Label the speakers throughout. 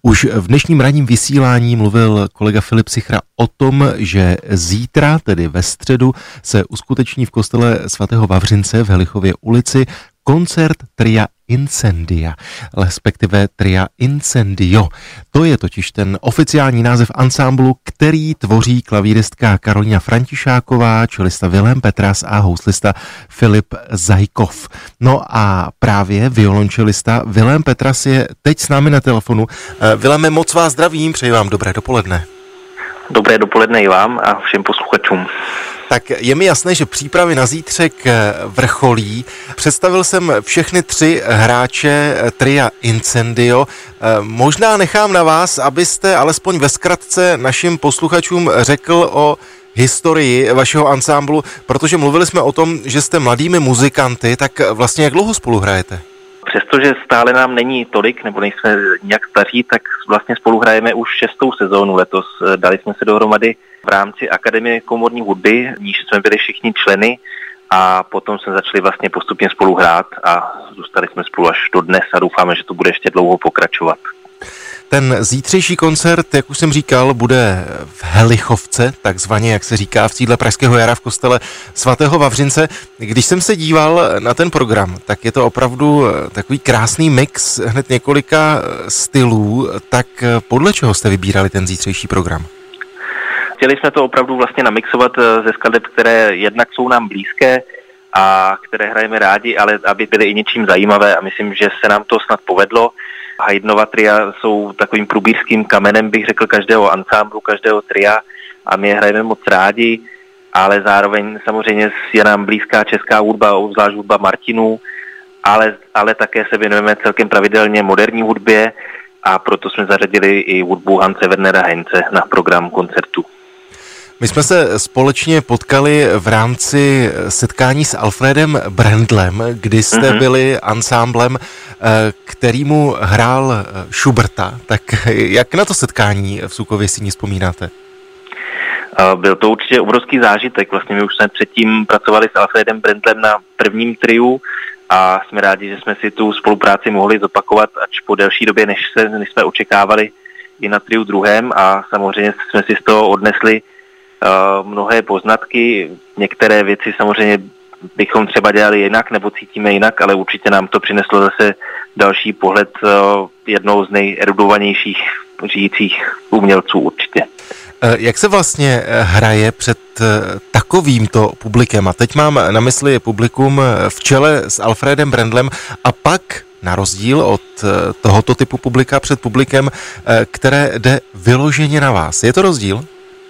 Speaker 1: Už v dnešním ranním vysílání mluvil kolega Filip Sichra o tom, že zítra, tedy ve středu, se uskuteční v kostele svatého Vavřince v Helichově ulici koncert tria Incendia, respektive tria Incendio. To je totiž ten oficiální název ansámblu, který tvoří klavíristka Karolína Františáková, čelista Vilém Petras a houslista Filip Zajkov. No a právě violončelista Vilém Petras je teď s námi na telefonu. Viléme, moc vás zdravím, přeji vám dobré dopoledne.
Speaker 2: Dobré dopoledne i vám a všem posluchačům.
Speaker 1: Tak je mi jasné, že přípravy na zítřek vrcholí. Představil jsem všechny tři hráče tria Incendio. Možná nechám na vás, abyste alespoň ve zkratce našim posluchačům řekl o historii vašeho ansámblu, protože mluvili jsme o tom, že jste mladými muzikanty, tak vlastně jak dlouho spolu hrajete?
Speaker 2: Přestože stále nám není tolik, nebo nejsme nějak staří, tak vlastně spolu hrajeme už 6. sezónu letos. Dali jsme se dohromady v rámci Akademie komorní hudby, v níž jsme byli všichni členy a potom jsme začali vlastně postupně spolu hrát a zůstali jsme spolu až do dnes a doufáme, že to bude ještě dlouho pokračovat.
Speaker 1: Ten zítřejší koncert, jak už jsem říkal, bude v Helichovce, takzvaně, jak se říká, v sídle Pražského jara v kostele svatého Vavřince. Když jsem se díval na ten program, tak je to opravdu takový krásný mix hned několika stylů. Tak podle čeho jste vybírali ten zítřejší program?
Speaker 2: Chtěli jsme to opravdu vlastně namixovat ze skladeb, které jednak jsou nám blízké a které hrajeme rádi, ale aby byly i něčím zajímavé a myslím, že se nám to snad povedlo. Haydnova tria jsou takovým průbířským kamenem, bych řekl, každého ansámblu, každého tria a my je hrajeme moc rádi, ale zároveň samozřejmě je nám blízká česká hudba, obzvlášť hudba Martinů, ale také se věnujeme celkem pravidelně moderní hudbě a proto jsme zařadili i hudbu Hanse Wernera Heinze na program koncertu.
Speaker 1: My jsme se společně potkali v rámci setkání s Alfredem Brendlem, kdy jste byli ansámblem, kterýmu hrál Schuberta. Tak jak na to setkání v Sukověsíni vzpomínáte?
Speaker 2: Byl to určitě obrovský zážitek. Vlastně my už jsme předtím pracovali s Alfredem Brendlem na prvním triu a jsme rádi, že jsme si tu spolupráci mohli zopakovat, ač po delší době, než jsme očekávali i na triu druhém a samozřejmě jsme si z toho odnesli mnohé poznatky, některé věci samozřejmě bychom třeba dělali jinak nebo cítíme jinak, ale určitě nám to přineslo zase další pohled jednou z nejerudovanějších žijících umělců určitě.
Speaker 1: Jak se vlastně hraje před takovýmto publikem? A teď mám na mysli publikum v čele s Alfredem Brendlem a pak na rozdíl od tohoto typu publika před publikem, které jde vyloženě na vás. Je to rozdíl?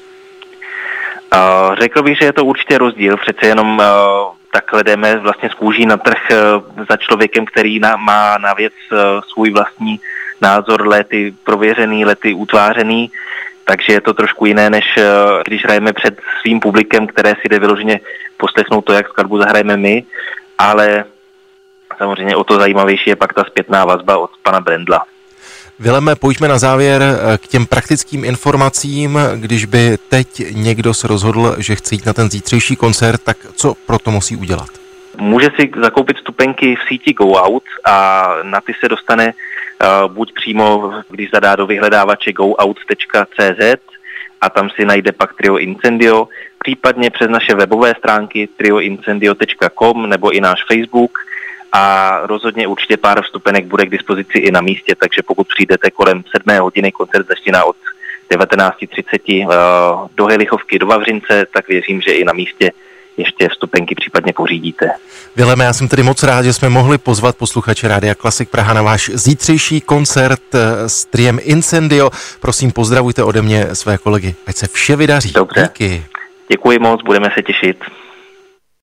Speaker 2: Řekl bych, že je to určitě rozdíl, přece jenom takhle jdeme vlastně z kůží na trh za člověkem, který má na věc svůj vlastní názor, léty prověřený, léty utvářený, takže je to trošku jiné, než když hrajeme před svým publikem, které si jde vyloženě poslechnout to, jak skladbu zahrajeme my, ale samozřejmě o to zajímavější je pak ta zpětná vazba od pana Brendla.
Speaker 1: Vileme, pojďme na závěr k těm praktickým informacím. Když by teď někdo se rozhodl, že chce jít na ten zítřejší koncert, tak co pro to musí udělat?
Speaker 2: Může si zakoupit vstupenky v síti Go Out a na ty se dostane buď přímo, když zadá do vyhledávače goout.cz a tam si najde pak trio Incendio, případně přes naše webové stránky trioincendio.com nebo i náš Facebook. A rozhodně určitě pár vstupenek bude k dispozici i na místě, takže pokud přijdete kolem 7 hodiny, koncert začíná od 19:30 do Helichovky, do Vavřince, tak věřím, že i na místě ještě vstupenky případně pořídíte.
Speaker 1: Vileme, já jsem tedy moc rád, že jsme mohli pozvat posluchače Rádia Klasik Praha na váš zítřejší koncert s triem Incendio. Prosím, pozdravujte ode mě své kolegy, ať se vše vydaří.
Speaker 2: Dobře.
Speaker 1: Díky.
Speaker 2: Děkuji moc, budeme se těšit.